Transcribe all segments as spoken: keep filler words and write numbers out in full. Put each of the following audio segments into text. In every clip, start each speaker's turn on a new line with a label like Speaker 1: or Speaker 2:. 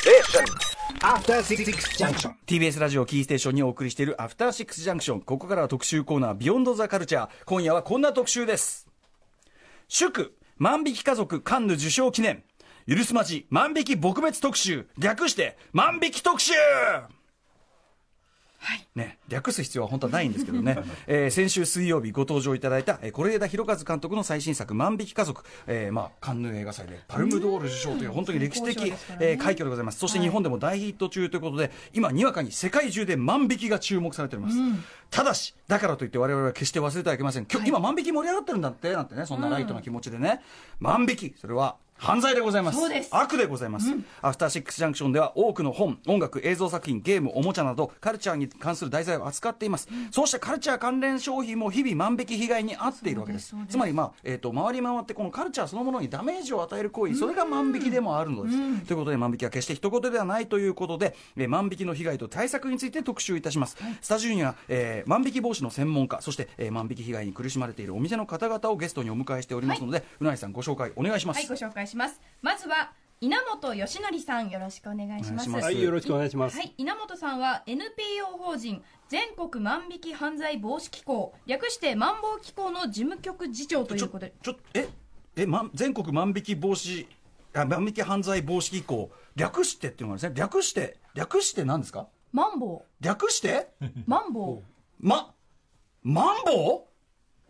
Speaker 1: アフターシックスジャンクション
Speaker 2: ティービーエス ラジオキーステーションにお送りしているアフターシックスジャンクション。ここからは特集コーナービヨンドザカルチャー。今夜はこんな特集です。祝万引き家族カンヌ受賞記念、許すまじ万引き撲滅特集、略して万引き特集。はいね、略す必要は本当はないんですけどね、えー、先週水曜日ご登場いただいた是枝裕和監督の最新作万引き家族、えーまあ、カンヌ映画祭でパルムドール受賞という本当に歴史的、えー、快挙でございます。そして日本でも大ヒット中ということで、はい、今にわかに世界中で万引きが注目されております、うん、ただしだからといって我々は決して忘れてはいけません。今日、はい、今万引き盛り上がってるんだってなんてね、そんなライトな気持ちでね、うん、万引きそれは犯罪でございます。
Speaker 3: そうです。
Speaker 2: 悪でございます、うん、アフターシックスジャンクションでは多くの本、音楽、映像作品、ゲーム、おもちゃなどカルチャーに関する題材を扱っています、うん、そうしたカルチャー関連商品も日々万引き被害に遭っているわけです。つまり、まあえー、と回り回ってこのカルチャーそのものにダメージを与える行為、それが万引きでもあるのです、うん、ということで万引きは決して一言ではないということで、えー、万引きの被害と対策について特集いたします、はい、スタジオには、えー、万引き防止の専門家、そして、えー、万引き被害に苦しまれているお店の方々をゲストにお迎えしておりますので、はい、うなぎさんご紹介お願いします。
Speaker 3: はい、ご紹介します。まずは稲本義則さん、よろしくお願いします。
Speaker 4: はい、よろしくお願いします。
Speaker 3: はい、稲本さんは エヌピーオー 法人全国万引き犯罪防止機構、略して万防機構の事務局次長ということで、
Speaker 2: ちょちょええ、ま、全国万引き防止あ万引き犯罪防止機構、略してっていうのがですね、略して略して何ですか？
Speaker 3: マンボウ。
Speaker 2: 略して
Speaker 3: マンボウ。
Speaker 2: まマンボウ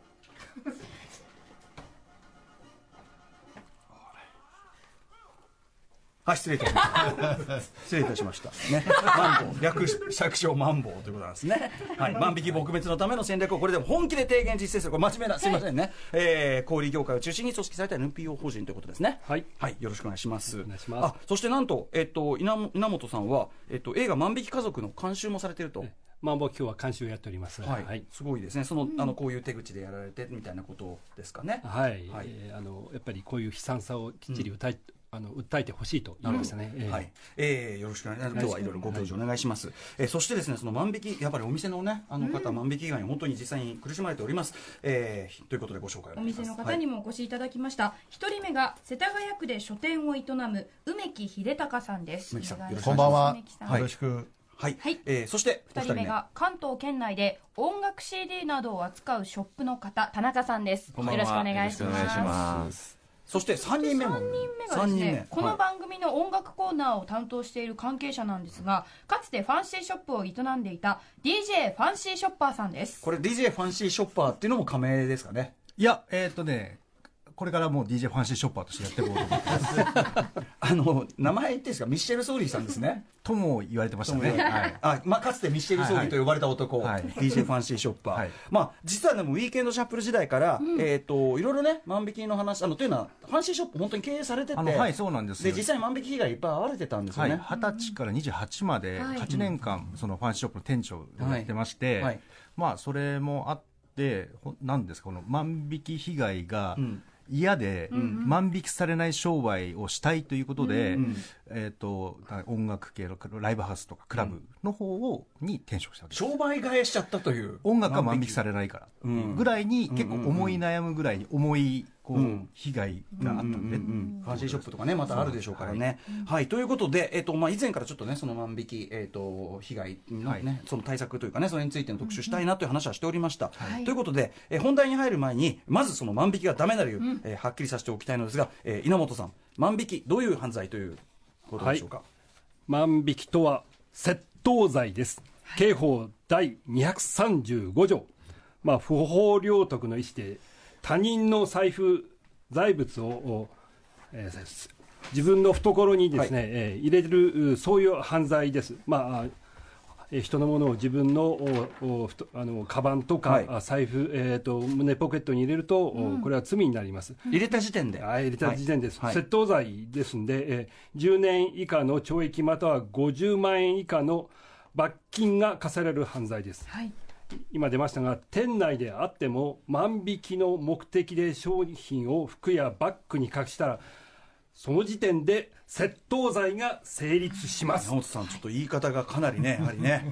Speaker 2: はい、失礼いたしました失礼いたしましたね、マンボウ、略略称マンボウということなんですね。はい、万引き撲滅のための戦略をこれでも本気で提言実践する、これ真面目な、すいませんね、はい、えー、小売業界を中心に組織された エヌピーオー 法人ということですね。はい、はい、よろしくお願いします。
Speaker 4: お願いします。
Speaker 2: あ、そしてなんと、えっと、稲, 稲本さんは、えっと、映画万引き家族の監修もされていると。
Speaker 4: 万引き今日は監修をやっております。
Speaker 2: はい、はい、すごいですね。その、うん、あのこういう手口でやられてみたいなことですかね。
Speaker 4: はい、はい、えー、あのやっぱりこういう悲惨さをきっちり歌い、うん、あの訴えてほしいと言いましたね。えー、はい、えー、よろしくお願いします。今日はいろいろご教授お願いします。はい、えー、そしてですね、その万引き、やっぱりお店のね、あの方、うん、万引き以外に本当に実際に苦しまれております。えー、ということでご紹介お願いします。
Speaker 3: お店の方にもお越しいただきました。一、はい、人目が世田谷区で書店を営む梅木秀隆さんです。
Speaker 2: 梅木さん、よろしく
Speaker 5: こんばんは。
Speaker 2: はい、
Speaker 5: よろしく。
Speaker 2: はい、はい、えー、そして
Speaker 3: ふたりめが関東圏内で音楽 シーディー などを扱うショップの方、田中さんです。よろしくお願いします。
Speaker 2: そしてさんにんめも
Speaker 3: さんにんめがですね、この番組の音楽コーナーを担当している関係者なんですが、かつてファンシーショップを営んでいた ディージェー ファンシーショッパーさんです。
Speaker 2: これ ディージェー ファンシーショッパーっていうのも仮名ですかね？
Speaker 5: いや、えー、っとねこれからもう ディージェー ファンシーショッパーとしてやっていこうと思ってます
Speaker 2: あの名前言っていいですか？ミッシェル・ソーリーさんですね
Speaker 5: とも言われてましたね、はい、
Speaker 2: あ、まあ、かつてミッシェル・ソーリーと呼ばれた男、はいはい、ディージェー ファンシーショッパー、はい、まあ、実はでもウィーケンドシャッフル時代から、うん、えー、といろいろね万引きの話、あのというのはファンシーショップ本当に経営されてて、
Speaker 5: あの、はい、そうなんですよ。
Speaker 2: で実際に万引き被害いっぱい遭われてたんですよね。
Speaker 5: はい、はたちからにじゅうはちまではちねんかん、そのファンシーショップの店長をやってまして、はいはい、まあ、それもあってなんですか、この万引き被害が、うん、嫌で万引きされない商売をしたいということで、うん、えー、と音楽系のライブハウスとかクラブの方をに転職したわけです。
Speaker 2: 商売替えしちゃったという。
Speaker 5: 音楽は万引きされないからぐらいに結構思い悩むぐらいに重いこう、うん、被害があったんで、
Speaker 2: うんうんうん、ファンシーショップとかねまたあるでしょうからね。はい、はい、ということで、えーとまあ、以前からちょっとねその万引き、えー、と被害の、ね、はい、その対策というかねそれについての特集したいなという話はしておりました、はい、ということで、えー、本題に入る前にまずその万引きがダメな理由、うん、えー、はっきりさせておきたいのですが、えー、稲本さん、万引きどういう犯罪ということでしょうか？はい、
Speaker 4: 万引きとは窃盗罪です。刑法だいにひゃくさんじゅうご条、まあ、不法領得の意思で他人の財布財物を、えー、自分の懐にですね、はい、えー、入れるそういう犯罪です。まあえー、人のものを自分のおあのカバンとか、はい、財布、えー、と胸ポケットに入れると、うん、これは罪になります。
Speaker 2: 入れた時点で、
Speaker 4: あ、入れた時点です、はい、窃盗罪ですんで、えー、じゅうねん以下の懲役またはごじゅうまんえん以下の罰金が課せられる犯罪です。はい、今出ましたが、店内であっても万引きの目的で商品を服やバッグに隠したらその時点で窃盗罪が成立します。
Speaker 2: 山本さん、ちょっと言い方がかなりねやはりね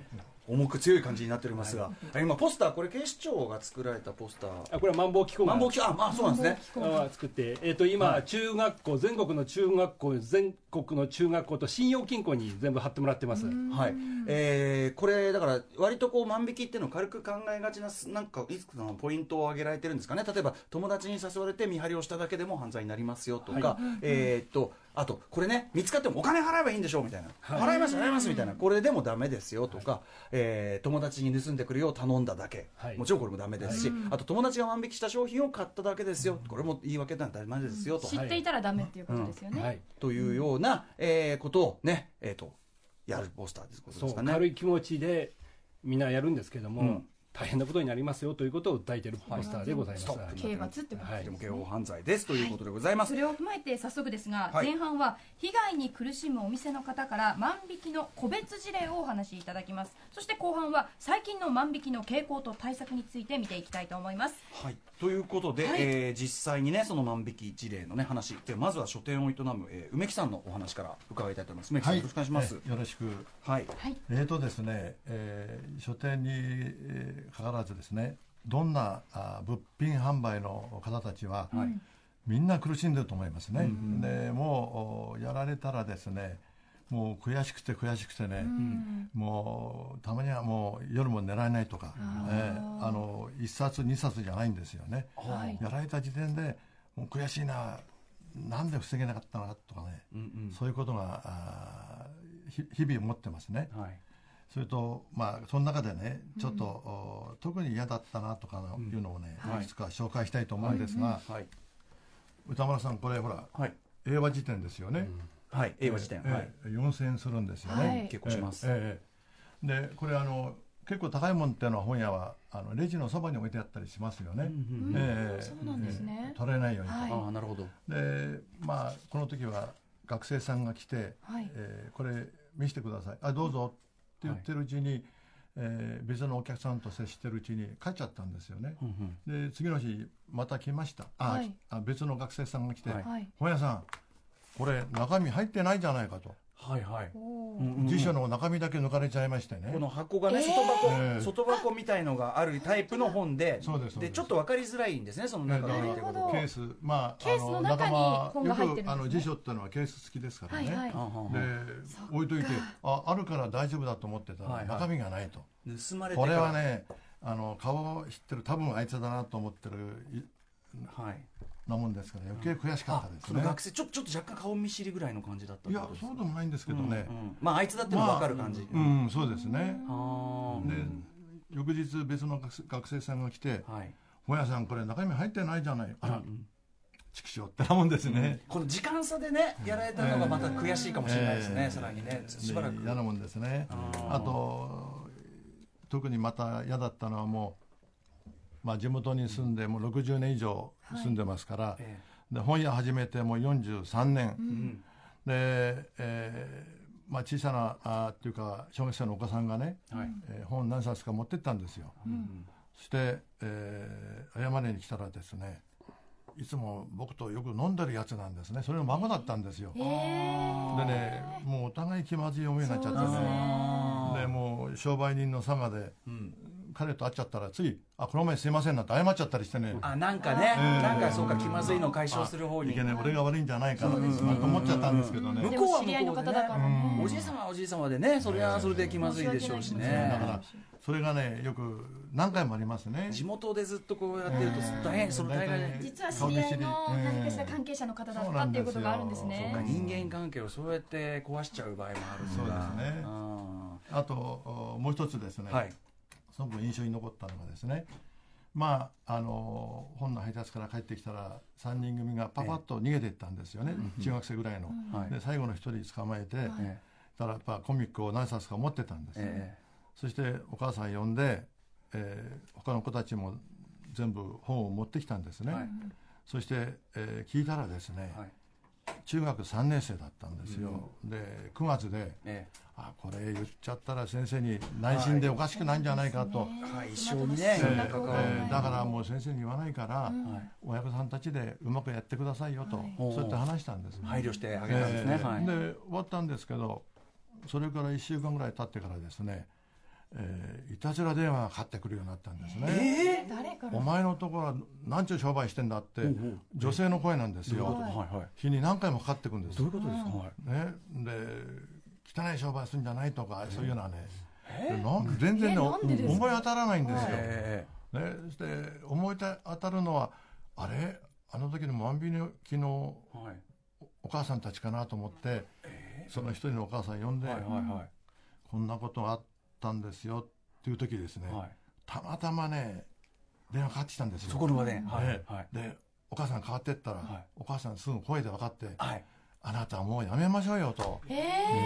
Speaker 2: 重く強い感じになっておりますが、はい、今ポスターこれ警視庁が作られたポスター、
Speaker 4: あこれはマンボウ機構が
Speaker 2: マンボウ機構あまあそうなんですね
Speaker 4: 作って、えー、と今、はい、中学校全国の中学校全国の中学校と信用金庫に全部貼ってもらってます。
Speaker 2: はい、えー、これだから割とこう万引きっていうのを軽く考えがちななんかいくつかのポイントを挙げられてるんですかね。例えば友達に誘われて見張りをしただけでも犯罪になりますよとか、はい、えー、っとあとこれね見つかってもお金払えばいいんでしょうみたいな、はい、払います払いますみたいな、これでもダメですよとか、はい、えー、友達に盗んでくるよう頼んだだけ、はい、もちろんこれもダメですし、はい、あと友達が万引きした商品を買っただけですよ、これも言い訳なんてダメですよと、
Speaker 3: 知っていたらダメっていうことですよね、
Speaker 2: うんはい、というような、えー、ことをね、えー、とやるポスターということですかね。
Speaker 4: 軽い気持ちでみんなやるんですけども、うん、大変なことになりますよということを訴えているポスターでございます。
Speaker 3: はい、刑罰ってことですね。
Speaker 2: でも刑法犯罪ですということでございます。
Speaker 3: はい、それを踏まえて早速ですが、はい、前半は被害に苦しむお店の方から万引きの個別事例をお話しいただきます。そして後半は最近の万引きの傾向と対策について見ていきたいと思います。
Speaker 2: はい、ということで、はい、えー、実際にねその万引き事例のね話で、まずは書店を営む、えー、梅木さんのお話から伺いたいと思います。梅木さん、はい、よろしくお願いします。
Speaker 1: よろしく。
Speaker 2: はい。
Speaker 1: えーとですね、えー、書店に、えー、かかわらずですね、どんなあ物品販売の方たちは、はい、みんな苦しんでると思いますね、うんうん、でもうやられたらですね、もう悔しくて悔しくてね、うん、もうたまにはもう夜も寝られないとか、えー、あのいっさつにさつじゃないんですよね、はい、やられた時点でもう悔しいな、なんで防げなかったのかとかね、うんうん、そういうことがあ日々思ってますね、はい、それと、まあ、その中でねちょっと、うん、特に嫌だったなとかいうのをね、うん、いくつか紹介したいと思うんですが、はいはい、歌丸さんこれほら、はい、英和辞典ですよね、
Speaker 2: うん、はい、英和辞典、
Speaker 1: えーはい、よんせんえんするんですよね、
Speaker 2: はい、結構します、
Speaker 1: えーえー、でこれあの結構高いもんっていうのは本屋はあのレジのそばに置いてあったりしますよね、うんうん、えー、
Speaker 3: そうなんですね、
Speaker 1: えー、取れないようにと、
Speaker 2: はい、あ、なるほど。
Speaker 1: で、まあ、この時は学生さんが来て、はい、えー、これ見せてください、あ、どうぞって言ってるうちに、はい、えー、別のお客さんと接してるうちに帰っちゃったんですよね、うんうん、で次の日また来ました、あ、はい、あ別の学生さんが来て、はい、本屋さんこれ中身入ってないじゃないかと、はいはい、辞書の中身だけ抜かれちゃいましてね、
Speaker 2: この箱がね、外箱、えー、外箱みたいのがあるタイプの本で、そうです、でちょっと分かりづらいんですね、その中身ってこと
Speaker 1: ケース、まあ、ケースの中に本が入ってるんですね。よくあの辞書っていうのはケース付きですからね、はいはい、で置いといて あ, あるから大丈夫だと思ってたら、はいはい、中身がないと、
Speaker 2: 盗まれて
Speaker 1: これはね、あの顔を知ってる、多分あいつだなと思ってる、はい、なもんですから余計悔しかったですね。
Speaker 2: 学生ちょっと若干顔見知りぐらいの感じだった。
Speaker 1: いやそうでもないんですけどね、
Speaker 2: うんうん、まああいつだっての分かる感じ、
Speaker 1: まあ、うん、そうですね。あで翌日別の学生さんが来て、はい、本屋さんこれ中身入ってないじゃない、あら、うん、畜生ってなもんですね、
Speaker 2: うん、この時間差でねやられたのがまた悔しいかもしれないですね、えー、さらにねしばらく
Speaker 1: 嫌なもんですね。 あ, あと特にまた嫌だったのはもうまあ、地元に住んでもうろくじゅうねん以上住んでますから、はい、で本屋始めてもうよんじゅうさんねん、うん、で、えーまあ、小さなあっていうか小学生のお子さんがね、はい、えー、本何冊か持ってったんですよ、うん、そして、えー、謝りに来たらですね、いつも僕とよく飲んでるやつなんですね、それの孫だったんですよ、でねもうお互い気まずい思いになっちゃってね、でもう商売人の佐賀で、うん、彼と会っちゃったらついあこの前すいませんなんて謝っちゃったりしてね、
Speaker 2: あなんかね、えー、なんかそうか気まずいの解消する方に
Speaker 1: いけない、俺が悪いんじゃないかなと思っちゃったんですけどね、
Speaker 3: 向こうは向こうでね、
Speaker 2: おじい様はおじい様でね、それはそれで気まずいでしょうしね、
Speaker 1: だからそれがねよく何回もありますね。
Speaker 2: 地元でずっとこうやってると大変、その大概
Speaker 3: 実は知り合いの何かしら関係者の方だったっていうことがあるんですね。
Speaker 2: そうか、人間関係をそうやって壊しちゃう場合もあるんだ。
Speaker 1: そうですね。あともう一つですね、はい、すごく印象に残ったのがですね、まああの本の配達から帰ってきたらさんにん組がパパッと逃げていったんですよね、ええ、中学生ぐらいの、うん、で最後の一人捕まえて、ええ、たらやっぱコミックを何冊か持ってたんですよ、ええ、そしてお母さん呼んで、えー、他の子たちも全部本を持ってきたんですね、はい、そして、えー、聞いたらですね、はい、中学さんねん生だったんですよ、うん、でくがつで、ええ、あこれ言っちゃったら先生に内心でおかしくないんじゃないかと、
Speaker 2: はい、一生にね、
Speaker 1: えーえー、だからもう先生に言わないから、うん、親御さんたちでうまくやってくださいよと、はい、そうやって話したんです、ね、
Speaker 2: 配慮してあげたんですね、
Speaker 1: えーはい、で終わったんですけど、それからいっしゅうかんぐらい経ってからですね、 えーいたずら電話がかかってくるようになったんですね。
Speaker 3: えー、誰から
Speaker 1: お前のところは何ちゅう商売してんだって、うんうん、女性の声なんですよ、はいはい、日に何回もかかってくるんです。
Speaker 2: どういうことですか、
Speaker 1: ね、で汚い商売するんじゃないとか、そういうのはね、なん全然ね、思い当たらないんですよ、ね、で思い当たるのはあれあの時の万引きのお母さんたちかなと思って、その一人のお母さん呼んで、はいはいはい、こんなことがあったんですよっていう時ですね、はい、たまたまね電話かかってきたんですよ、
Speaker 2: そこの場で、
Speaker 1: はいはい、でお母さん変わってったら、はい、お母さんすぐ声で分かって、はい、あなたはもうやめましょうよと、えー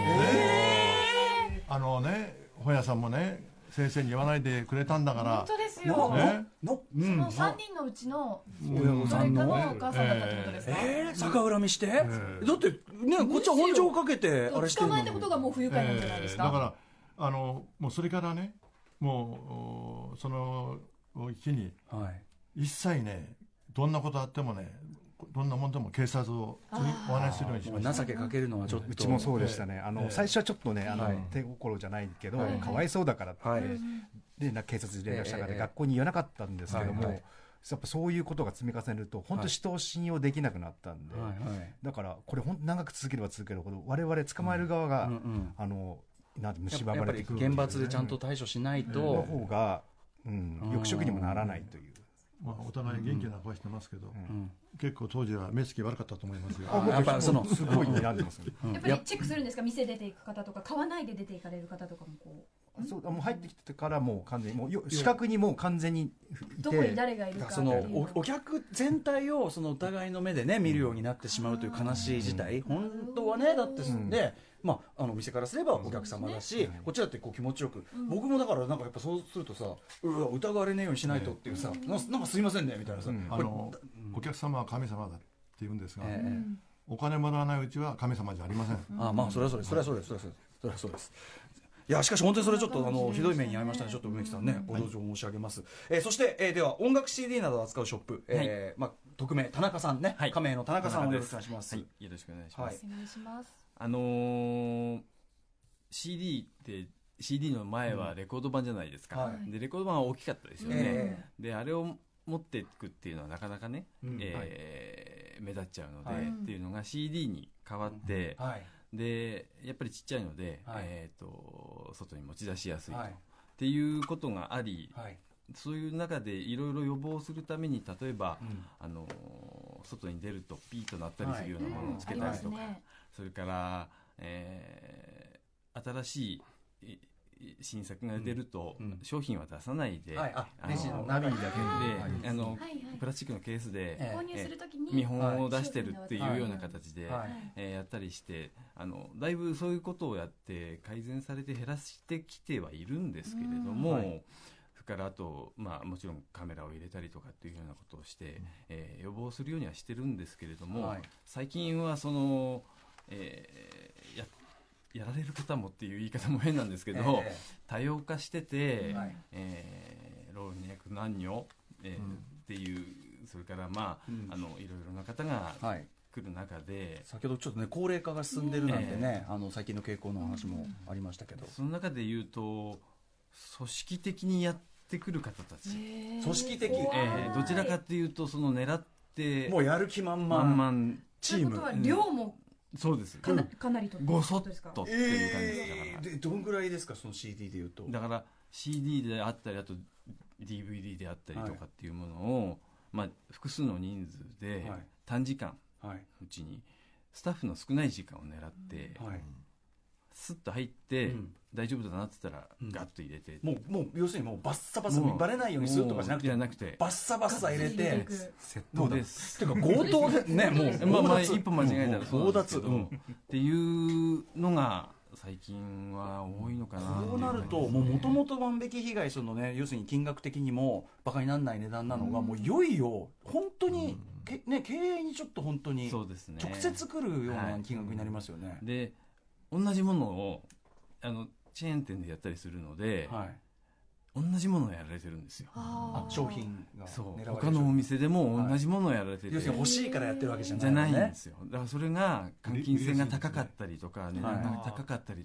Speaker 1: えー、あのね本屋さんもね先生に言わないでくれたんだから。
Speaker 3: 本当ですよ、ね、のそのさんにんのうちの親御さんのお母さんだったってことですか。
Speaker 2: えー、逆恨みして、えー、だってねこっちは本性をかけてあれしてるのに
Speaker 3: 捕まえたことがもう不愉快なんじゃないですか、
Speaker 1: えー、だからあのもうそれからねもうその日に一切ねどんなことあってもねどんなもんでも警察をお話しするようにしました。
Speaker 2: 情けかけるのはちょっと
Speaker 5: うちもそうでしたね。あの、えー、最初はちょっとねあの、はい、手心じゃないけど、はい、かわいそうだからって、はい、で警察に連絡したから、えー、学校に言わなかったんですけども、はいはい、やっぱそういうことが積み重ねると本当人を信用できなくなったんで、はいはい、だからこれ本当長く続ければ続けるほど我々捕まえる側が、うんうん、あのなんて蝕まれてくる、
Speaker 2: 厳罰でちゃんと対処しないと、
Speaker 5: の方が、うん、抑止力にもならないという。
Speaker 1: まあ、お互い元気な声してますけど、うん、結構当時は目つき悪かったと思いますよ。
Speaker 5: あやっぱそのすごい睨んでます、ね
Speaker 3: うん、やっぱりチェックするんですか、店出ていく方とか買わないで出ていかれる方とかもこ
Speaker 5: う。そうもう入ってきてからもう完全にもう視覚にもう完全にいて
Speaker 3: どこに誰がいるか
Speaker 2: その お, お客全体をそのお互いの目でね見るようになってしまうという悲しい事態、うん、本当はねだってすんで、うんまあ、あの店からすればお客様だし、ね、こっちだってこう気持ちよく、うん、僕もだからなんかやっぱそうするとさうわ疑われねえようにしないとっていうさ、うん、な, なんかすいませんねみたいなさ、うん、
Speaker 1: あのお客様は神様だって言うんですが、えー、お金もらわないうちは神様じゃありません、
Speaker 2: うん、あまあそれはそうですそれはそうですそれはそうですそれはそうですいやしかし本当にそれちょっとあのひどい目に遭いましたね。ちょっと梅木さんねご同情申し上げます、はいえー、そして、えー、では音楽 シーディー などを扱うショップ、えーはいまあ、匿名田中さんね、はい、仮名の田中さんをよろしくお願いします、
Speaker 6: はい、よろしくお願いします、
Speaker 3: はい、お願いします。
Speaker 6: あのー、シーディー って シーディー の前はレコード版じゃないですか、うんはい、でレコード版は大きかったですよね、えー、であれを持っていくっていうのはなかなかね、うんえーはい、目立っちゃうので、はい、っていうのが シーディー に変わって、うんはいでやっぱりちっちゃいので、はいえー、と外に持ち出しやすいと、はい、っていうことがあり、はい、そういう中でいろいろ予防するために例えば、うん、あの外に出るとピーとなったりするようなものをつけたりとか、はいうんね、それから、えー、新しい新作が出ると、うん、商品は出さないで、はい、あ
Speaker 2: レジのナビだけ
Speaker 6: で、あの、はいはい、プラスチックのケースで、
Speaker 3: えー、購入するときに
Speaker 6: 見本を出してるっていうような形で、はいえー、やったりしてあのだいぶそういうことをやって改善されて減らしてきてはいるんですけれども、はい、それからあと、まあ、もちろんカメラを入れたりとかっていうようなことをして、うんえー、予防するようにはしてるんですけれども、はい、最近はその、えー、ややられる方もっていう言い方も変なんですけど、えー、多様化してて、はいえー、老若男女、えーうん、っていうそれからまあ、うん、あのいろいろな方が来る中で、
Speaker 2: はい、先ほどちょっとね高齢化が進んでるなんてね、えー、あの最近の傾向の話もありましたけど、
Speaker 6: その中で言うと組織的にやってくる方たち、
Speaker 2: えー、組織的、
Speaker 6: えー、どちらかというとその狙って
Speaker 2: もうやる気満々
Speaker 6: 満々
Speaker 3: チームということは量も
Speaker 6: そうです
Speaker 3: か な, かなりと
Speaker 6: ごそっとっていう感じです
Speaker 2: だから、えー、でどんぐらいですかその シーディー でいうと。
Speaker 6: だから シーディー であったりあと ディーブイディー であったりとかっていうものを、はいまあ、複数の人数で短時間のうちにスタッフの少ない時間を狙って、はい、スッと入って、うん、大丈夫だなって言ったらガッと入れて、
Speaker 2: うん、もうもう要するにもうバッサバサバレないようにするとかじゃなくて
Speaker 6: じゃなくて
Speaker 2: バッサバッサ入れて
Speaker 6: 窃盗です
Speaker 2: てか強盗でねもう
Speaker 6: まあまあ一歩間違えたらそうなんですけど、うん、っていうのが最近は多いのかな。
Speaker 2: そうなるともともと万引き被害そのね要するに金額的にもバカにならない値段なのが、うん、もういよいよ本当に、うんけね、経営にちょっと本当に直接来るような金額になりますよね。はい、
Speaker 6: で同じものをあのチェーン店でやったりするので、はい、同じものをやられてるんですよ。
Speaker 2: あ商品が
Speaker 6: そう他のお店でも同じものをやられてて、はい、
Speaker 2: 要するに欲しいからやってるわけじゃない、
Speaker 6: ね、じゃないんですよ。だからそれが換金性が高かったりとか値段が高かったりとかってい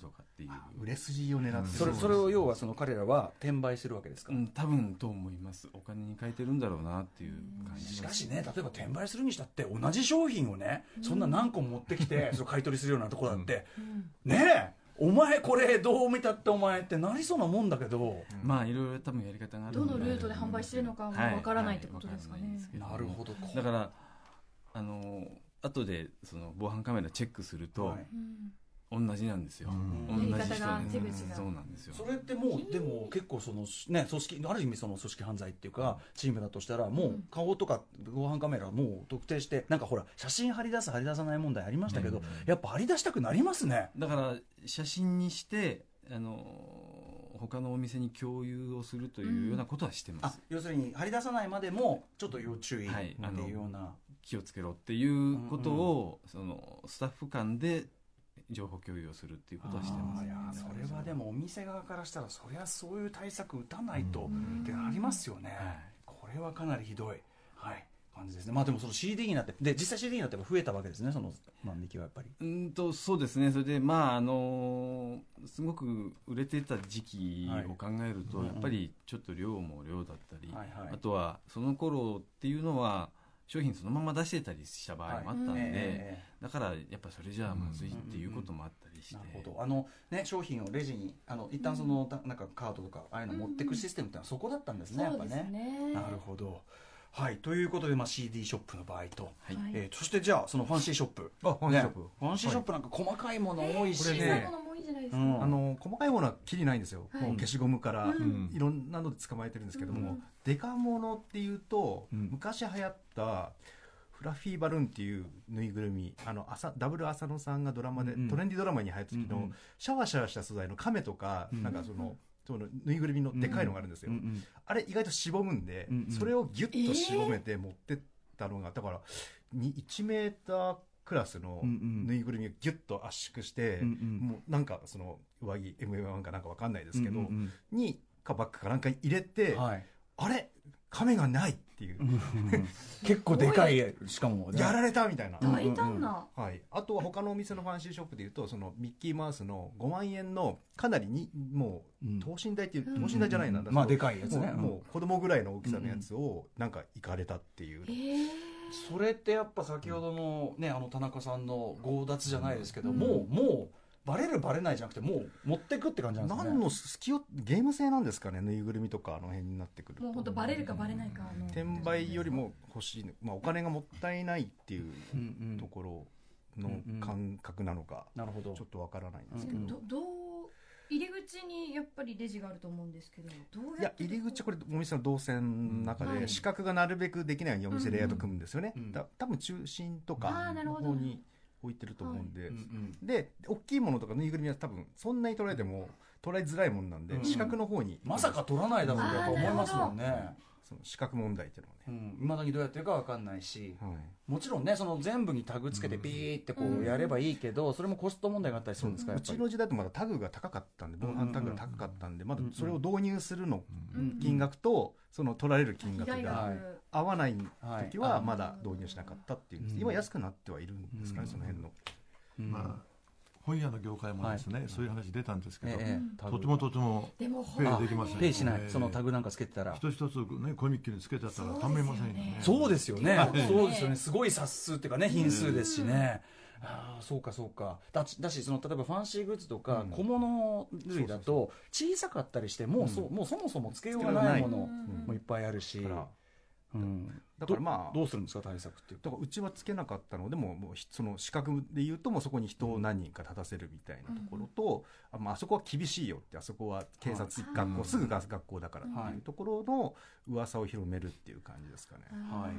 Speaker 6: いう
Speaker 5: 売れ筋を狙って
Speaker 2: それそれを要はその彼らは転売するわけですか、
Speaker 6: うん、多分と思います。お金に変えてるんだろうなっていう感じです。
Speaker 2: しかしね、例えば転売するにしたって同じ商品をね、そんな何個も持ってきてそれ買い取りするようなところだって、うん、ねえお前これどう見たってお前ってなりそうなもんだけど、
Speaker 6: うん、まあいろいろ多分やり方がある
Speaker 3: どのルートで販売してるのかもわからないってことですかね、
Speaker 6: はいはい、
Speaker 2: なるほど。
Speaker 6: だからあの後でその防犯カメラチェックすると、はい、同じなんですよ、うん、同じ人なんです、そうなんですよ。
Speaker 2: それってもうでも結構そのね組織ある意味その組織犯罪っていうかチームだとしたらもう顔とか防犯カメラもう特定してなんかほら写真貼り出す貼り出さない問題ありましたけど、うん、やっぱ貼り出したくなりますね。
Speaker 6: だから写真にしてあの他のお店に共有をするというようなことはしてます、
Speaker 2: うん、あ要するに貼り出さないまでもちょっと要注意っていうような、
Speaker 6: はい、気をつけろっていうことを、うんうん、そのスタッフ間で情報共有をするっていうことはしてます。
Speaker 2: いやそれはでもお店側からしたらそりゃそういう対策打たないとってありますよね、はい、これはかなりひどい、はい、感じですね。まあでもその シーディー になってで実際 シーディー になって増えたわけですね、その万引きはやっぱり。
Speaker 6: うんとそうですね。それでまああのすごく売れてた時期を考えると、はい、やっぱりちょっと量も量だったり、はいはい、あとはその頃っていうのは商品そのまま出してたりした場合もあったんで、はいえー、だからやっぱそれじゃあまずいっていうこともあったりして、
Speaker 2: うんうんうん、なるほど。あの、ね、商品をレジにあの一旦その、うん、なんかカードとかああいうの持っていくシステムってのはそこだったんですね、うんうん、やっぱね。ねなるほど。はい、ということで、まあ、シーディー ショップの場合と、はいえー、そしてじゃあそのファンシーショップ、
Speaker 5: あファンシーショップ、
Speaker 2: ね、ファンシーショップなんか細かいもの多いし、
Speaker 3: はい、小さいものも多いじゃないですか、うん、
Speaker 5: あの細かいものはきりないんですよ、はい、もう消しゴムから、うん、いろんなので捕まえてるんですけども、うん、デカモノっていうと、うん、昔流行ったフラッフィーバルーンっていうぬいぐるみ、あの朝ダブル浅野さんがドラマで、うん、トレンディドラマに入った時の、うん、シャワシャワした素材の亀とか、うん、なんかその、そのぬいぐるみのでかいのがあるんですよ、うんうん、あれ意外としぼむんで、うんうん、それをギュッとしぼめて持ってったのが、だからいちメータークラスのぬいぐるみをギュッと圧縮して、うんうん、もうなんかその上着 エムエムワン かなんかわかんないですけど、うんうん、にかバッグかなんかに入れて、はい、あれ亀がないっていう
Speaker 2: 結構でかい、しかも、
Speaker 5: ね、やられたみたいな
Speaker 3: 大胆な、
Speaker 5: はい、あとは他のお店のファンシーショップでいうとそのミッキーマウスのごまんえんのかなりにもう等身大っていう、うん、等身大じゃないなんだ、
Speaker 2: まあでかいやつね、
Speaker 5: もう、もう子供ぐらいの大きさのやつをなんか行かれたっていう、うん
Speaker 2: えー、それってやっぱ先ほどのねあの田中さんの強奪じゃないですけど、うん、もうもうバレるバレないじゃなくてもう持ってくって感じなんですね。
Speaker 5: 何の隙をゲーム性なんですかね、ぬいぐるみとかあの辺になってくると。
Speaker 3: もう本当バレるかバレないかの
Speaker 5: 転売よりも欲しい、まあ、お金がもったいないっていうところの感覚なのか、うんうん、ちょっとわからないんですけど、うんうん、
Speaker 3: どどう入り口にやっぱりレジがあると思うんですけど、どうやって
Speaker 5: いや入り口はこれお店の動線の中で、うんはい、視覚がなるべくできないようにお店レイアウト組むんですよね、うんうん、だ多分中心とかの方に置いてると思うんで、はいうんうん、で大きいものとかぬいぐるみは多分そんなに捉えても捉えづらいものなんで、うん、視覚の方に
Speaker 2: まさか取らないだろうとやっぱ思いますもんね。
Speaker 5: その視覚問題っていうのは
Speaker 2: ね、いま、うん、だにどうやってるか分かんないし、はい、もちろんねその全部にタグつけてピーってこうやればいいけど、うん、それもコスト問題があったりするんですか。
Speaker 5: うちの時代とまだタグが高かったんで、防犯タグが高かったんで、まだそれを導入するの、うん、金額とその取られる金額が合わない時はまだ導入しなかったっていうんです、はい、今安くなってはいるんですかね、その辺の、
Speaker 1: うんまあ本屋の業界もですね、はい、そういう話出たんですけど、ええ、とてもとてもペイできません、ね、
Speaker 2: ペイしない、そのタグなんかつけてたら
Speaker 1: 一つ一つ、ね、コミックにつけてたらためませんよね。
Speaker 2: そうですよね、そうですよね、すごい冊数っていうかね品数ですしね、あそうかそうか だ, だしその例えばファンシーグッズとか小物類だと小さかったりしてもう そ, もうそもそもつけようがないものもいっぱいあるし、うん、だからまあ ど, どうするんですか対策っていう。
Speaker 5: だからうちはつけなかったのでももうその資格でいうともうそこに人を何人か立たせるみたいなところと、うんあまあ、あそこは厳しいよって、あそこは警察学校、はい、すぐ学校だからっていうところの噂を広めるっていう感じですかね、
Speaker 2: はい、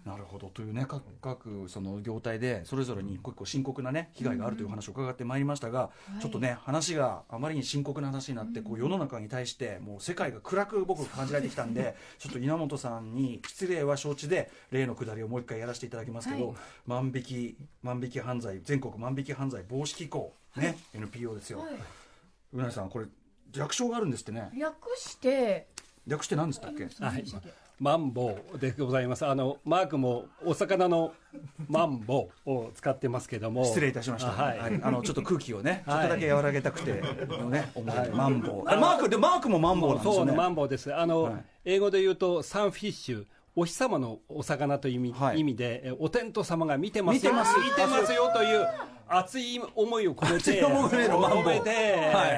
Speaker 2: なるほど。というね各, 各その業態でそれぞれに一個一個深刻なね被害があるという話を伺ってまいりましたが、うん、ちょっとね話があまりに深刻な話になってこう世の中に対してもう世界が暗く僕感じられてきたんでちょっと稲本さんに失礼は承知で例のくだりをもう一回やらせていただきますけど、はい、万引き万引き犯罪全国万引き犯罪防止機構ね、はい、エヌピーオー ですよ、はい、うなぎさんこれ略称があるんですってね。
Speaker 3: 略して
Speaker 2: 略して何でしたっけ？
Speaker 4: はい、マンボウでございます。あのマークもお魚のマンボウを使ってますけども、
Speaker 2: 失礼いたしました。はい、はい、あのちょっと空気をね、ちょっとだけ和らげたくてのね、はい、マンボウ。あ、マークでマークもマンボウなんですよね。
Speaker 4: そうマンボウです。あの、はい、英語で言うとサンフィッシュ。お日様のお魚という意味、はい、意味でお天道様が見てますよ、見てます、見てますよという熱い思いを込めて込めて、はい、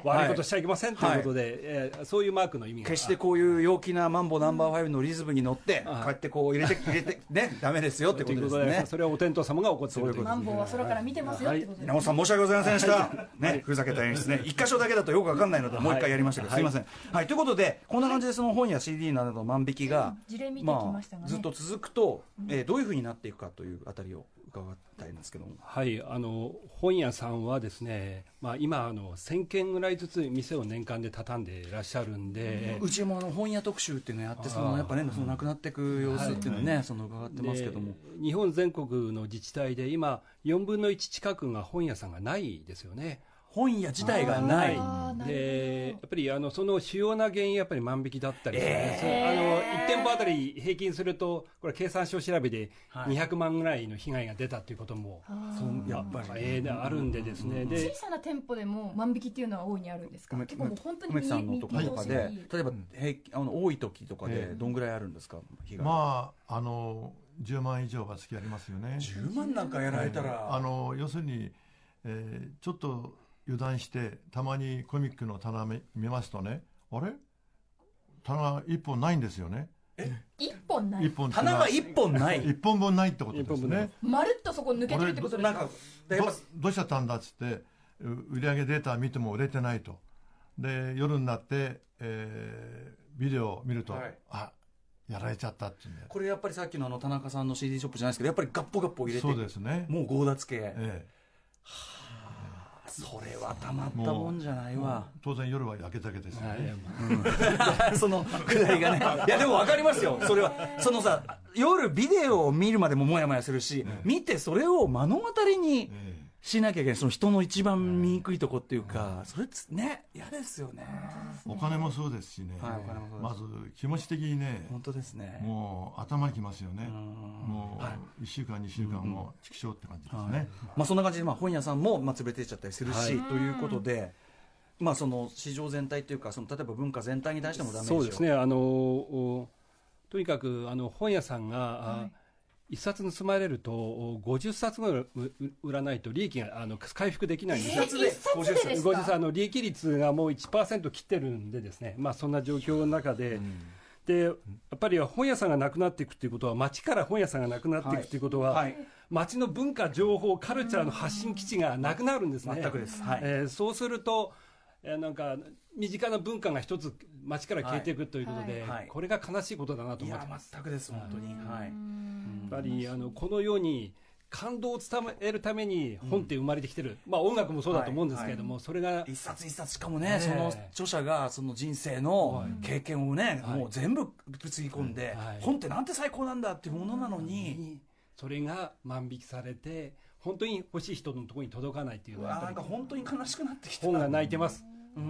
Speaker 4: 悪いことしちゃいけませんということで、はいえー、そういうマークの意味が
Speaker 2: 決してこういう陽気なマンボナンバーファイブのリズムに乗って、うん、こうやってこう入れて入れてねダメですよってことですね。
Speaker 4: それはお天道様が怒っているという
Speaker 3: マンボウは空から見てますよってことですね。
Speaker 2: 稲本さん申し訳ございませんでした、ね、ふざけた演出ね一箇所だけだとよくわかんないのでもう一回やりましたけど、はい、すいません、はい、ということでこんな感じでその本や シーディー などの万引きが、
Speaker 3: 事例見てきましたがね、
Speaker 2: まあ、ずっと続くと、えー、どういうふうになっていくかというあたりを伺ったいんですけども。
Speaker 4: はい、あの本屋さんはですね、まあ、今あのせんけんぐらいずつ店を年間で畳んでいらっしゃるんで、
Speaker 2: うちもあの本屋特集っていうのをやってそのやっぱねそのなくなっていく様子っていうのをね、はい、その伺ってますけども、
Speaker 4: 日本全国の自治体で今よんぶんのいち近くが本屋さんがないですよね。
Speaker 2: 本屋自体がない
Speaker 4: で、やっぱりあのその主要な原因やっぱり万引きだったりするんです、えー、あのいってんぽあたり平均するとこれ経産省調べでにひゃくまんぐらいの被害が出たということも、はい、そうやっぱり、えー、あるんでですね、で
Speaker 3: 小さな店舗でも万引きっていうのは大いにあるんですか？結構もう本当に
Speaker 2: 梅木さんのところとかで例えば平あの多い時とかでどんぐらいあるんですか、被害？
Speaker 1: まああのじゅうまん以上は月ありますよね。
Speaker 2: じゅうまんなんかやられたら、
Speaker 1: はい、あの要するに、えー、ちょっと油断してたまにコミックの棚見ますとね、あれ棚いっぽんないんですよね。
Speaker 2: え
Speaker 3: いっぽんない？
Speaker 2: 棚がいっぽんない？
Speaker 1: いっぽんぶんないってことですね。
Speaker 3: まるっとそこ抜けてるってことですか？
Speaker 1: ど, どうしちゃったんだっつって売上データ見ても売れてないと。で夜になって、えー、ビデオを見ると、はい、あやられちゃったっていうんで、
Speaker 2: これやっぱりさっきのあの田中さんの シーディー ショップじゃないですけどやっぱりガッポガッポ入れて、
Speaker 1: そうですね、
Speaker 2: もう強奪系、え
Speaker 1: え
Speaker 2: はあ、それはたまったもんじゃないわ。
Speaker 1: 当然夜は焼け酒ですよね、
Speaker 2: うん、そのくだりがねいやでも分かりますよそれは。そのさ夜ビデオを見るまでもモヤモヤするし、ええ、見てそれを目の当たりにしなきゃいけない、その人の一番見にくいとこっていうか、それね嫌ですよね。
Speaker 1: お金もそうですしね、はい、まず気持ち的にね、
Speaker 2: 本当ですね、
Speaker 1: もう頭きますよね。もういっしゅうかんにしゅうかんも畜生って感じですね、はい、
Speaker 2: まあ、そんな感じで、まあ、本屋さんもまあ潰れていっちゃったりするし、はい、ということで、まあ、その市場全体というかその例えば文化全体に対してもダメージを。
Speaker 4: そうですね、あのとにかくあの本屋さんが、はい、いっさつ盗まれるとごじゅっさつぐらい売らないと利益があの回復できないんですよ。
Speaker 3: いっさつでごじゅっさつ
Speaker 4: ごじゅっさつあの利益率がもう いちパーセント 切ってるんでですね、まあ、そんな状況の中で、うん、でやっぱり本屋さんがなくなっていくということは街から本屋さんがなくなっていくということは、はいはい、街の文化情報カルチャーの発信基地がなくなるんですね。
Speaker 2: 全くです、はい、
Speaker 4: えー、そうするとえー、なんか身近な文化が一つ街から消えていくということで、はいはい、これが悲しいことだなと思ってます。
Speaker 2: いや全くです本当に、はい、や
Speaker 4: っぱりあのこのように感動を伝えるために本って生まれてきてる、うん、まあ、音楽もそうだと思うんですけれども、はいはい、それが
Speaker 2: 一冊一冊しかもね、その著者がその人生の経験をね、はい、もう全部ぶつぎ込んで、はい、本ってなんて最高なんだっていうものなのに、
Speaker 4: それが万引きされて本当に欲しい人のところに届かないっていうのは
Speaker 2: なんか本当に悲しくなってきて、
Speaker 4: 本が泣いてます。
Speaker 2: うん、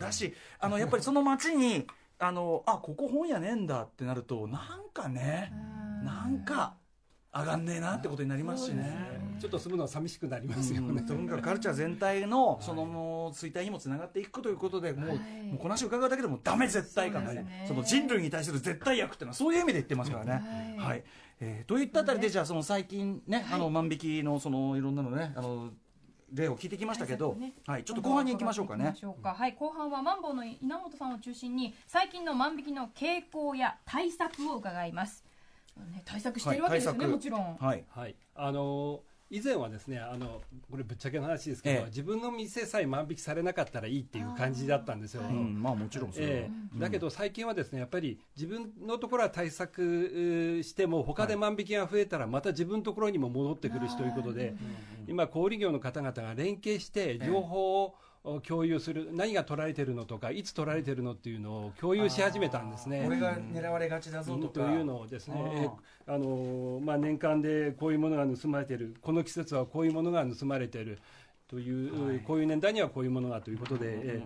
Speaker 2: だしあのやっぱりその街にあのあここ本屋ねえんだってなるとなんかねなんか上がんねえなってことになりますし ね, ね
Speaker 4: ちょっと住むのは寂しくなりますよね。
Speaker 2: とにかくカルチャー全体のその衰退にもつながっていくということで、もう、はい、もうこの話を伺うだけでもダメ絶対感がね、 そ, ねその人類に対する絶対悪っていうのはそういう意味で言ってますからね。はい、はい、えー、といったあたりでじゃあその最近ね、はい、あの万引きのそのいろんなのねあの例を聞いてきましたけど、ね、はい、ちょっと後半に行きましょうかね。
Speaker 3: はい、後半はマンボウの稲本さんを中心に最近の万引きの傾向や対策を伺います。ね、対策してるわけですよね、はい、もちろん。
Speaker 4: はい、はい、あの以前はですね、あのこれぶっちゃけの話ですけど、ええ、自分の店さえ万引きされなかったらいいっていう感じだったんですよ。
Speaker 2: うん、まあもちろんそれは、え
Speaker 4: え、だけど最近はですねやっぱり自分のところは対策しても他で万引きが増えたらまた自分のところにも戻ってくるしということで、今小売業の方々が連携して情報を、ええ共有する、何が取られてるのとかいつ取られてるのっていうのを共有し始めたんですね。
Speaker 2: これが狙われがちだぞとか、
Speaker 4: うん、というのをですね、ああの、まあ、年間でこういうものが盗まれている、この季節はこういうものが盗まれているという、はい、こういう年代にはこういうものがということで、うん、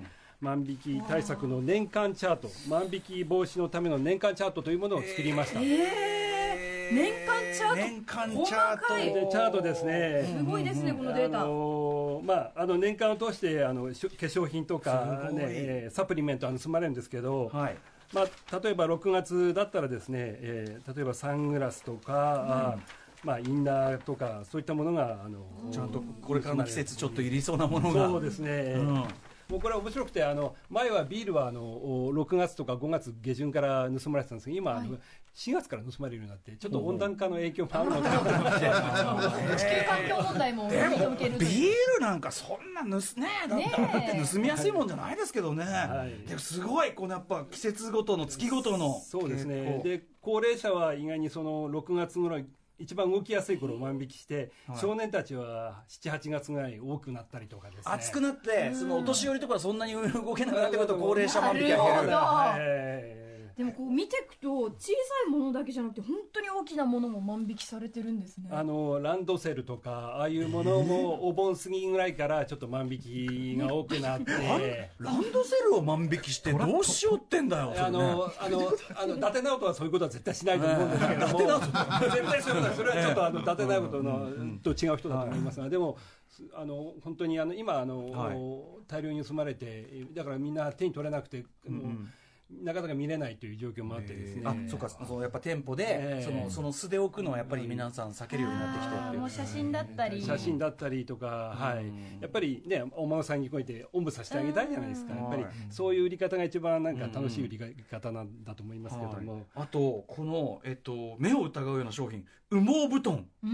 Speaker 4: 万引き対策の年間チャート、万引き防止のための年間チャートというものを作りました。
Speaker 3: えーえー、年間チャート、
Speaker 2: 年間チャート
Speaker 4: でチャートですね。
Speaker 3: すごいですね、このデータ。
Speaker 4: あのーまあ、あの年間を通してあの化粧品とか、ねえー、サプリメントは盗まれるんですけど、はい、まあ、例えばろくがつだったらですね、えー、例えばサングラスとか、うん、まあ、インナーとかそういったものがあの
Speaker 2: ちゃんとこれからの季節ちょっといりそうなものが、
Speaker 4: そうですね、うん、もうこれは面白くて、あの前はビールはあのろくがつとかごがつ下旬から盗まれてたんですけど、今、はい、しがつから盗まれるようになって、ちょっと温暖化の影響もあるので、地球
Speaker 3: 環境問題も認める。
Speaker 2: ビールなんかそんな盗,、ね、だって盗みやすいもんじゃないですけどね、はい、でもすごいこのやっぱ季節ごとの月ごとの、
Speaker 4: そうですね。で高齢者は意外にそのろくがつぐらい一番動きやすい頃を万引きして、はい、少年たちはしちはちがつぐらい多くなったりとかですね、
Speaker 2: 暑くなってそのお年寄りとかそんなに動けなくなってくると高齢者万引きが減る。
Speaker 3: でもこう見ていくと小さいものだけじゃなくて本当に大きなものも万引きされてるんですね。
Speaker 4: あのランドセルとかああいうものもお盆過ぎぐらいからちょっと万引きが多くなって
Speaker 2: ランドセルを万引きしてどうしようってんだよ。
Speaker 4: あのあのあの伊達直人はそういうことは絶対しないと思うんですけども絶対そういうことはそれはちょっとあの伊達直人のと違う人だと思いますが、でもあの本当にあの今あの、はい、大量に盗まれてだからみんな手に取れなくて、うん、なかなか見れないという状況もあってですね。
Speaker 2: あ、そうか、そのやっぱ店舗で、えー、そのその素で置くのはやっぱり皆さん避けるようになってきてっていう。
Speaker 3: もう写真だったり、
Speaker 4: 写真だったりとか、はい。やっぱりね、お孫さんにこうやっておんぶさせてあげたいじゃないですか。やっぱりそういう売り方が一番なんか楽しい売り方なんだと思いますけども。
Speaker 2: あとこのえっと目を疑うような商品、羽毛布団。
Speaker 3: うん。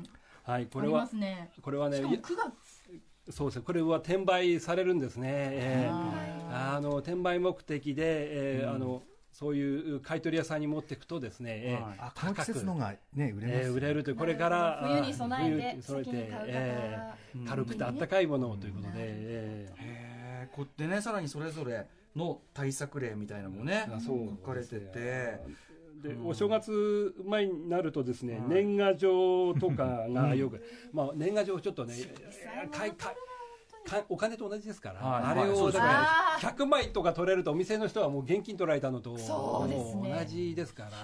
Speaker 4: はい、これは、ね、これはね。
Speaker 3: くがつ
Speaker 4: そうですね、これは転売されるんですね、えー、あの転売目的で、えーうん、あのそういう買い取り屋さんに持っていくとですね、えー、
Speaker 5: あこの季節のが、ね、売れます、
Speaker 4: えー、売れるというこれから
Speaker 3: 冬に備えて
Speaker 4: 先に買う方、えー、軽くてあったかいものをということで、え
Speaker 2: ー、へー、こうやってねさらにそれぞれの対策例みたいなのもね書かれてて。
Speaker 4: でうん、お正月前になるとですね、はい、年賀状とかがよく、まあ、年賀状ちょっとねかいかかお金と同じですから、はい、あれをだからひゃくまいとか取れるとお店の人はもう現金取られたのと
Speaker 3: そうです、ね、
Speaker 4: 同じですから、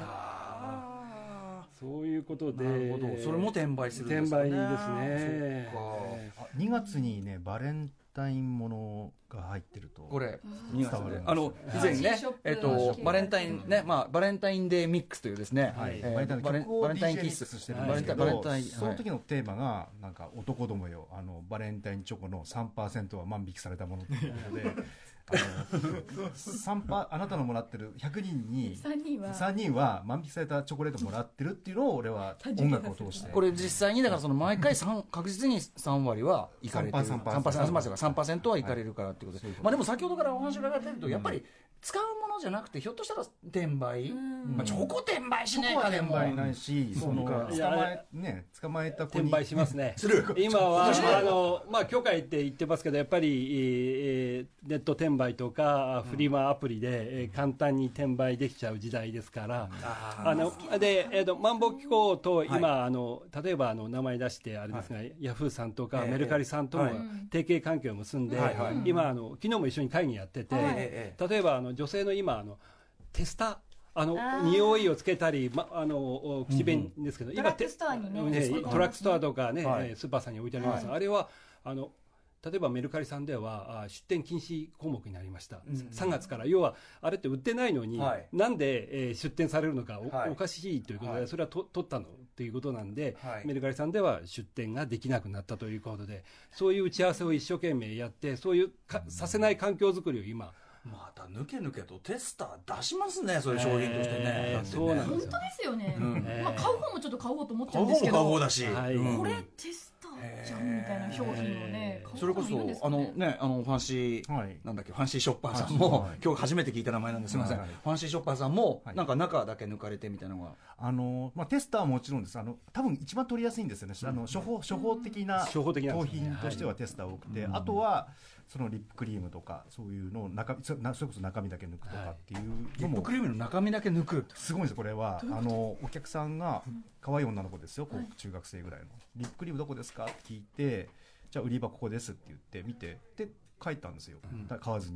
Speaker 4: そういうことで、
Speaker 2: なるほど、それも転売するんですね。
Speaker 4: 転売ですね。
Speaker 5: あにがつにねバレンタインものが入ってると
Speaker 2: これにがつであの以前ね、えっとバレンタインね、まあバレンタインデーミックスというですね、
Speaker 5: はい、えー、バレンタインの曲を ディージェー ミックスしてるんですけど、はい、その時のテーマがなんか男どもよ、あのバレンタインチョコの さんパーセント は万引きされたものっていうのであのさんパーあなたのもらってるひゃくにんにさんにんはさんにんは万引きされたチョコレートもらってるっていうのを俺は音楽を通して
Speaker 2: これ実際にだからその毎回確実にさんわりはいかれてる さんパーセント さんパーセント はいかれるからっていうことで、はい、まあでも先ほどからお話を伺ってるとやっぱり使うものじゃなくてひょっとしたら転売、まあ、チョコ転売しないかでも
Speaker 5: チョコは転売ないし、その捕まえね捕まえた子に
Speaker 4: 転売しますね。する今はあのまあ許可って言ってますけどやっぱり、えー、ネット転売とかフリマアプリで、えー、簡単に転売できちゃう時代ですから、うん、ああのでえっ、ー、とマンボウ機構と今、はい、あの例えばあの名前出してあれですが、はい、ヤフーさんとか、えー、メルカリさんとも提携関係を結んで、はいはい、今あの昨日も一緒に会議やってて、はい、例えばあの女性の今あのテスタあの匂いをつけたり、ま、あの口紅ですけど、うん、今
Speaker 3: トラックストアにね、
Speaker 4: ねトラックストアとかね、はい、スーパーさんに置いてあります、はい、あれはあの例えばメルカリさんでは出店禁止項目になりました、うん、さんがつから要はあれって売ってないのに、はい、なんで、えー、出店されるのか お,、はい、おかしいということで、はい、それはと取ったのということなんで、はい、メルカリさんでは出店ができなくなったということでそういう打ち合わせを一生懸命やってそういうかさせない環境づくりを今
Speaker 2: また抜け抜けとテスター出しますね、そういう商品としてね。
Speaker 3: えー、そうなんですよ。本当ですよね。うん、
Speaker 2: え
Speaker 3: ー、まあ、買う方もちょっと買おうと思っちゃうんですけど。
Speaker 2: 買う方も買う方だし、
Speaker 3: はいうん、これテスターじゃんみたいな商品をね、
Speaker 2: それこそ、ね、あのね、あのファンシー、はい、なんだっけファンシーショッパーさんも、はい、今日初めて聞いた名前なんですみません、はい、ファンシーショッパーさんも、はい、なんか中だけ抜かれてみたいなのが、
Speaker 5: あのまあテスターはもちろんです。あの多分一番取りやすいんですよね。あの処方処方的な商品としてはテスター多くて、はい、あとはそのリップクリームとかそういうのを中それこそ中身だけ抜くとかっていうのも、はい、
Speaker 2: リップクリームの中身だけ抜く
Speaker 5: すごいんです。これはあのお客さんが可愛い女の子ですよ、こう中学生ぐらいの、リップクリームどこですかって聞いて、じゃあ売り場ここですって言って見てで帰ったんですよ、うん、買わずに。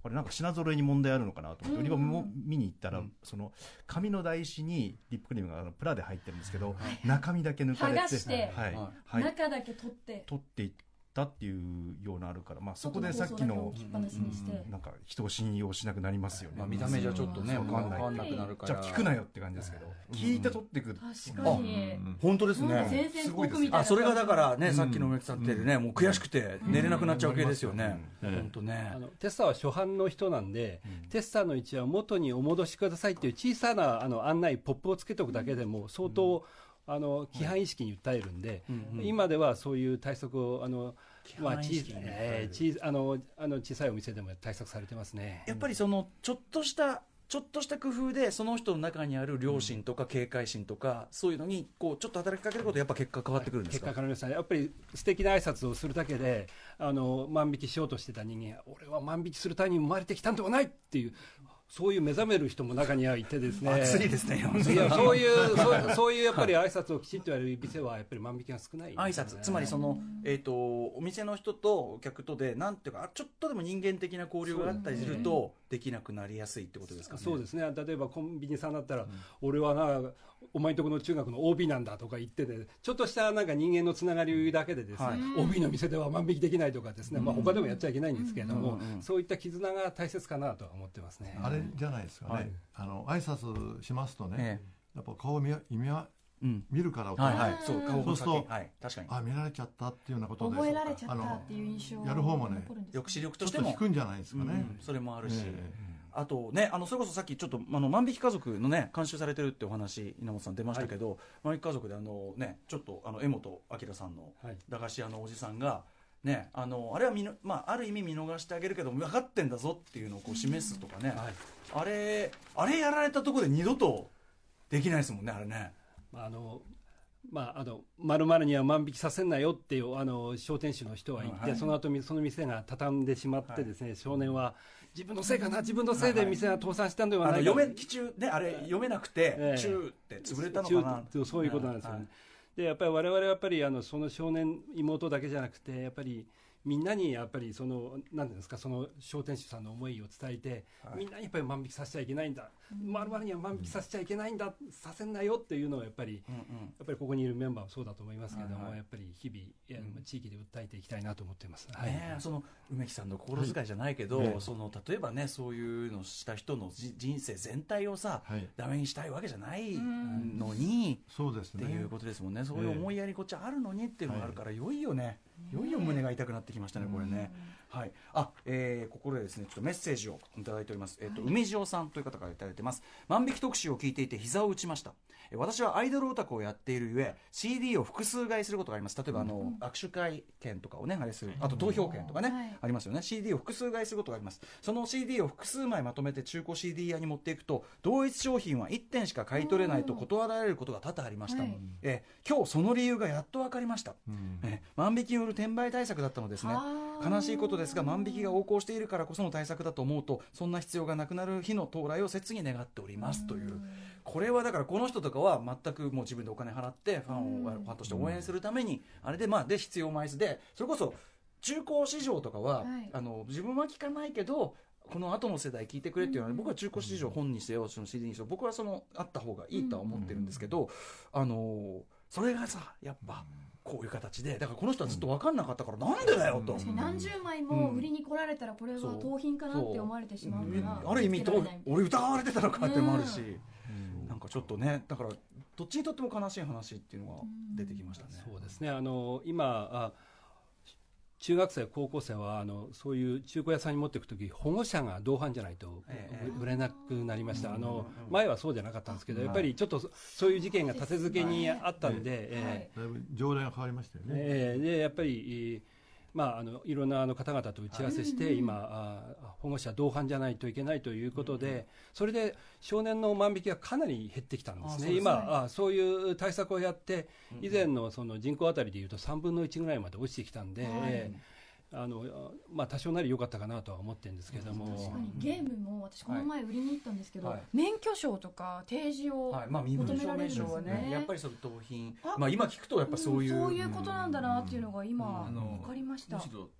Speaker 5: これなんか品揃えに問題あるのかなと思って売り場も見に行ったら、その紙の台紙にリップクリームがあのプラで入ってるんですけど、中身だけ抜かれて
Speaker 3: 剥がして、
Speaker 5: はい
Speaker 3: はい、中だけ取って
Speaker 5: 取っていったっていうようなあるから、まあ、そこでさっきのなんか人を信用しなくなりますよね、
Speaker 2: まあ、見た目じゃちょっとね分かんない、分かんなくなるから
Speaker 5: じゃあ聞くなよって感じですけど、聞いて取っていく、
Speaker 3: 確かに
Speaker 2: 本当ですね、
Speaker 3: すごいですね。あ、
Speaker 2: それがだからね、さっきの梅木さんってね、もう悔しくて寝れなくなっちゃう系ですよね。本当ね。
Speaker 4: あのテスターは初版の人なんで、テスターの位置は元にお戻しくださいっていう小さなあの案内ポップをつけておくだけでも相当あの規範意識に訴えるんで、今ではそういう対策をあのまあ、小, えー、小, あのあの小さいお店でも対策されてますね。
Speaker 2: やっぱりそのちょっとしたちょっとした工夫でその人の中にある良心とか警戒心とか、そういうのにこうちょっと働きかけることでやっぱ結果変わってくるんですか。
Speaker 4: 結果変わりましたね。やっぱり素敵な挨拶をするだけであの万引きしようとしてた人間、俺は万引きするために生まれてきたんではないっていう、そういう目覚める人も中にはいてですね。
Speaker 2: 熱いですね。
Speaker 4: いやそういうそうそういうやっぱり挨拶をきちんとやる店はやっぱり万引きが少ない、ね。
Speaker 2: 挨拶、つまりそのえっ、ー、とお店の人とお客とでなんていうかちょっとでも人間的な交流があったりするとできなくなりやすいってことですかね。
Speaker 4: そうですね。例えばコンビニさんだったら、うん、俺はなお前んとこの中学の オービー なんだとか言ってて、ちょっとしたなんか人間のつながりだけでですね、はい、オービー の店では万引きできないとかですね、うん、まあ他でもやっちゃいけないんですけれども、うんうん、そういった絆が大切かなとは思ってますね。
Speaker 1: あれじゃないですかね。はい、あの挨拶しますとね、ええ、やっぱ顔を 見, 見, 見るから、
Speaker 2: はいはい、そう顔
Speaker 1: そうすると、
Speaker 2: はい、確かに
Speaker 1: あ見られちゃったっていうようなことで
Speaker 3: 覚えられちゃったっていう印象
Speaker 1: やる方もね
Speaker 2: 抑止力としても
Speaker 1: ちょっと引くんじゃないですかね、うん、
Speaker 2: それもあるし、えー、あとね、あのそれこそさっきちょっとあの万引き家族のね監修されてるってお話稲本さん出ましたけど、はい、万引き家族であのねちょっとあの江本明さんの駄菓子屋のおじさんがね、あのあれは見の、まあ、ある意味見逃してあげるけど分かってんだぞっていうのをこう示すとかね、はい、あれあれやられたところで二度とできないですもんね、あれね。
Speaker 4: あのまあ、あの〇〇には万引きさせんなよっていうあの商店主の人は言って、はい、その後その店が畳んでしまってですね、はい、少年は自分のせいかな、自分のせいで店が倒産したんではないか、
Speaker 2: 読め、中ね、あれ読めなくて、えー、中って潰れたのかな、
Speaker 4: 中そういうことなんですよね、はい、でやっぱり我々はやっぱりあのその少年妹だけじゃなくてやっぱりみんなにやっぱりその何ていうんですか、その商店主さんの思いを伝えて、はい、みんなにやっぱり万引きさせちゃいけないんだ、まるまるには万引きさせちゃいけないんだ、うん、させんなよっていうのをやっぱり、うんうん、やっぱりここにいるメンバーもそうだと思いますけども、はいはい、やっぱり日々、うん、地域で訴えていきたいなと思っています、はい、
Speaker 2: ね、その梅木さんの心遣いじゃないけど、はい、その例えばねそういうのした人の人生全体をさ、はい、ダメにしたいわけじゃないのに、
Speaker 1: そうですね、
Speaker 2: っていうことですもんね。そういう思いやりこっちあるのにっていうのがあるから、いよいよね、いよいよ胸が痛くなってきましたね、これね。はい、あ、えー、ここでですね、ちょっとメッセージをいただいております。えっ、ー、と、梅塩さんという方からいただいてます。万引き特集を聞いていて膝を打ちました。私はアイドルオタクをやっているゆえ シーディー を複数買いすることがあります。例えばあの、うん、握手会券とかをねあれする、あと投票券とかね、はい、ありますよね。 シーディー を複数買いすることがあります。その シーディー を複数枚まとめて中古 シーディー 屋に持っていくと同一商品はいってんしか買い取れないと断られることが多々ありました、はい、え今日その理由がやっと分かりました、うん、え万引きによる転売対策だったのですね。悲しいことですが万引きが横行しているからこその対策だと思うとそんな必要がなくなる日の到来を切に願っておりますという。これはだからこの人とかは全くもう自分でお金払ってファンをファンとして応援するためにあれでまあで必要枚数でそれこそ中古市場とかは、はい、あの自分は聞かないけどこの後の世代聞いてくれっていうのは、僕は中古市場本にせよその シーディー にせよ僕はそのあった方がいいとは思ってるんですけど、あのそれがさやっぱこういう形でだからこの人はずっと分かんなかったからなんでだよと、
Speaker 3: 何十枚も売りに来られたらこれは盗品かなって思われてしまうから、
Speaker 2: ある意味俺疑われてたのかってもあるし、なんかちょっとねだからどっちにとっても悲しい話っていうのが出てきましたね。
Speaker 4: そうですね。あの今あ中学生高校生はあのそういう中古屋さんに持っていくとき保護者が同伴じゃないと売れなくなりました、ええ、あの前はそうじゃなかったんですけど、やっぱりちょっとそういう事件が立て続けにあったんで、え
Speaker 1: え、だいぶ条例が変わりましたよね、
Speaker 4: ええ、でやっぱりまあ、あのいろんなあの方々と打ち合わせして、はい、今あ保護者同伴じゃないといけないということで、うん、それで少年の万引きがかなり減ってきたんですね。ああ今あそういう対策をやって以前のその人口あたりでいうとさんぶんのいちぐらいまで落ちてきたんで、はい、あのまあ、多少なり良かったかなとは思ってるんですけども、
Speaker 3: 確かにゲームも私この前売りに行ったんですけど、はい、免許証とか提示を求められるんですよね、はいまあ、ね
Speaker 2: やっぱりその盗品、まあ、今聞くとやっぱそういう、
Speaker 3: うん、そういうことなんだなっていうのが今分かりました、
Speaker 6: むしろ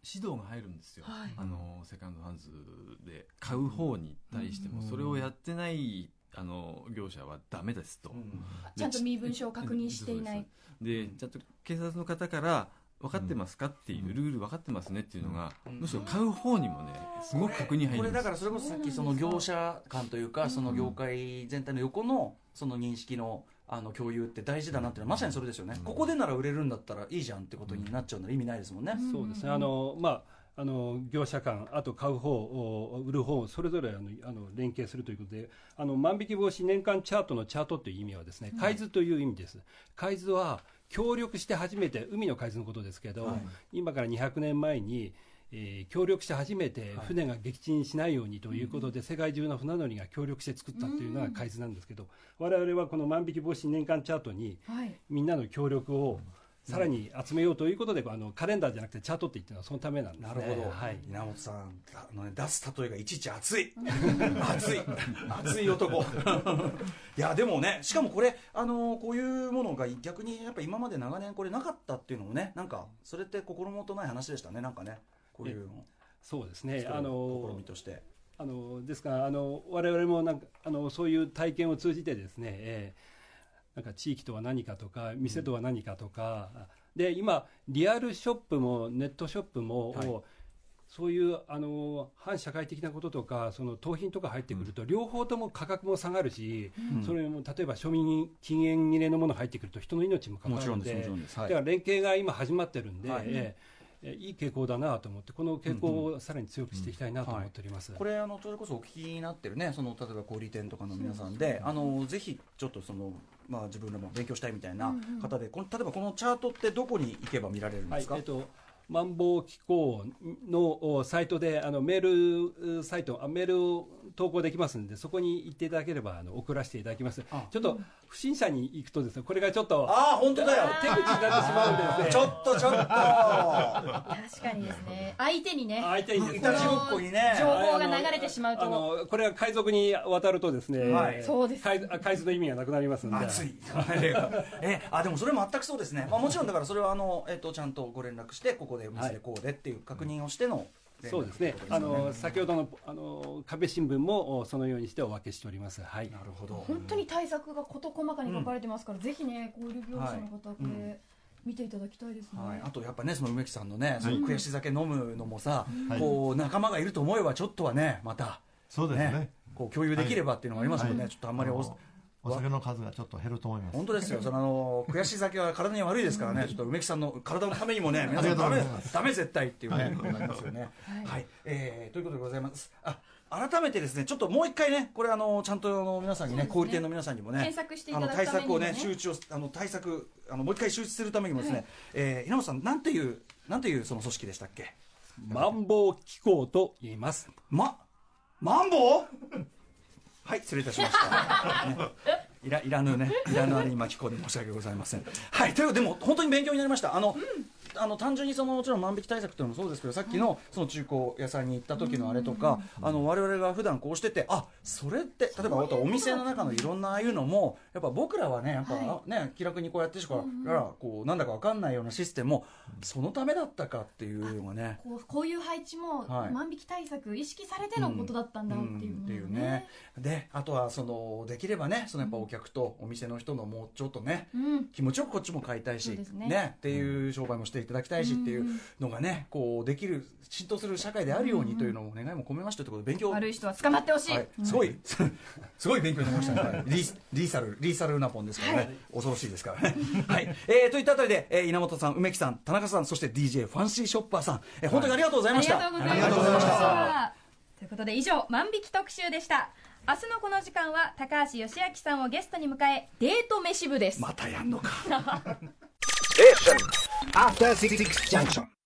Speaker 6: 指導が入るんですよ、
Speaker 3: はい、
Speaker 6: あのセカンドハンズで買う方に対しても、それをやってないあの業者はダメですと、うん、
Speaker 3: ちゃんと身分証を確認していない
Speaker 6: で、ちゃんと警察の方から分かってますかっていうルール分かってますねっていうのが、むしろ買う方にもねすごく確認入るんです。
Speaker 2: これだからそれこそさっきその業者間というか、その業界全体の横のその認識のあの共有って大事だなっていうのはまさにそれですよね、うん、ここでなら売れるんだったらいいじゃんってことになっちゃうなら意味ないですもんね、
Speaker 4: うん、そうですね、あの、まあ、あの業者間、あと買う方、売る方、それぞれあのあの連携するということで、あの万引き防止年間チャートのチャートという意味はですね、海図という意味です。海図は協力して初めて、海の海図のことですけど、はい、今からにひゃくねんまえにえー、協力して初めて船が撃沈しないようにということで、はい、世界中の船乗りが協力して作ったというのが海図なんですけど、我々はこの万引き防止年間チャートに、はい、みんなの協力をさらに集めようということで、あのカレンダーじゃなくてチャートって言ってるのはそのためなんですね。
Speaker 2: なるほど、はい、稲本さんあの、ね、出す例えがいちいち熱い熱い熱い男いやでもね、しかもこれあのこういうものが逆にやっぱ今まで長年これなかったっていうのもね、なんかそれって心もとない話でしたね、なんかね、こういうの
Speaker 4: そうですね、あの
Speaker 2: 試みとして
Speaker 4: あのですからあの我々もなんかあのそういう体験を通じてですね、えー、なんか地域とは何かとか店とは何かとか、うん、で今リアルショップもネットショップも、はい、そういうあの反社会的なこととかその盗品とか入ってくると、うん、両方とも価格も下がるし、うん、それも例えば庶民禁煙切れのもの入ってくると人の命も関わるので、はい、だから連携が今始まってるんで、はい、えーいい傾向だなと思って、この傾向をさらに強くしていきたいなと思っております、
Speaker 2: うんうんはい、これあのそれこそお聞きになってるね、その例えば小売店とかの皆さんで、あのぜひちょっとその、まあ、自分でも勉強したいみたいな方で、うんうん、この例えばこのチャートってどこに行けば見られるんですか？
Speaker 4: はい、えっとマンボウ機構のサイトであのメールサイトあメールを投稿できますので、そこに行っていただければあの送らせていただきます。ちょっと不審者に行くとですね、これがちょっと
Speaker 2: ああ本当だよ
Speaker 4: 手口になってしまうんですね。
Speaker 2: ちょっとちょっと確
Speaker 3: かにですね、相手にね
Speaker 4: 相手にですね、
Speaker 2: いたちごっこにね
Speaker 3: 情報が流れてしまうと、
Speaker 4: あのこれが海賊に渡るとですね、
Speaker 3: はい、そうです
Speaker 4: 海海図の意味がなくなりますので、
Speaker 2: 熱いえあでもそれも全くそうですね、まあ、もちろんだからそれはあの、えっと、ちゃんとご連絡してここでお店でこうでっていう確認をしての、
Speaker 4: うん、そうですね、あの先ほどのあの壁新聞もそのようにしてお分けしております。はい、
Speaker 2: なるほど。
Speaker 3: 本当に対策が事細かに書かれてますから、うん、ぜひね小売業者の方これ、はいうん見ていただきたいですね、
Speaker 2: はい、あとやっぱねその梅木さんのねその悔し酒飲むのもさ、はい、こう仲間がいると思えばちょっとはねまた
Speaker 1: そうですね、
Speaker 2: ねこう共有できればっていうのがありますもんね、はい、ちょっとあんまりお
Speaker 1: お酒の数がちょっと減ると思います。
Speaker 2: 本当ですよ、そのあの悔し酒は体に悪いですからね、ちょっと梅木さんの体のためにもね皆さんダメダメ絶対っていうねことになりますよね。はい、はい、えー、ということでございます。あ改めてですねちょっともう一回ねこれあのちゃんとあの皆さんにね小売店の皆さんにもね
Speaker 3: 検索していただく
Speaker 2: ためにもね対策をね周知をあの対策あのもう一回周知するためにもですね、はいえー、稲本さんなんていうなんていうその組織でしたっけ？
Speaker 4: マンボウ機構と言います。
Speaker 2: まマンボウはい失礼いたしました、ね、いらいらぬねいらぬあれに巻き込んで申し訳ございません。はいというでも本当に勉強になりました。あの、うんあの単純にそのもちろん万引き対策というのもそうですけどさっきのその中古屋さんに行った時のあれとかあの我々が普段こうしててあそれって例えばお店の中のいろんなああいうのもやっぱ僕らはねやっぱね気楽にこうやってしからこうなんだか分かんないようなシステムもそのためだったかっていうのがね
Speaker 3: こうこういう配置も万引き対策意識されてのことだったんだっていう
Speaker 2: っていうねであとはそのできればねそのやっぱお客とお店の人のもうちょっとね気持ちよくこっちも買いたいしねっていう商売もしていただきたいしっていうのがねこうできる浸透する社会であるようにというのを願いも込めましたということで勉強
Speaker 3: 悪い人は捕まってほしい、
Speaker 2: はい、すごいすごい勉強になりましたね、はい、リ, リーサルリーサルなポンですからね、はい、恐ろしいですからねはい、えー、といったあたりで、えー、稲本さん梅木さん田中さんそして ディージェー ファンシーショッパーさん、えー、本当にありがとうございました、
Speaker 3: はい、ありがとうございましたということで以上万引き特集でした。明日のこの時間は高橋義明さんをゲストに迎えデート飯部です。
Speaker 2: またやんのか
Speaker 7: After Six Junction.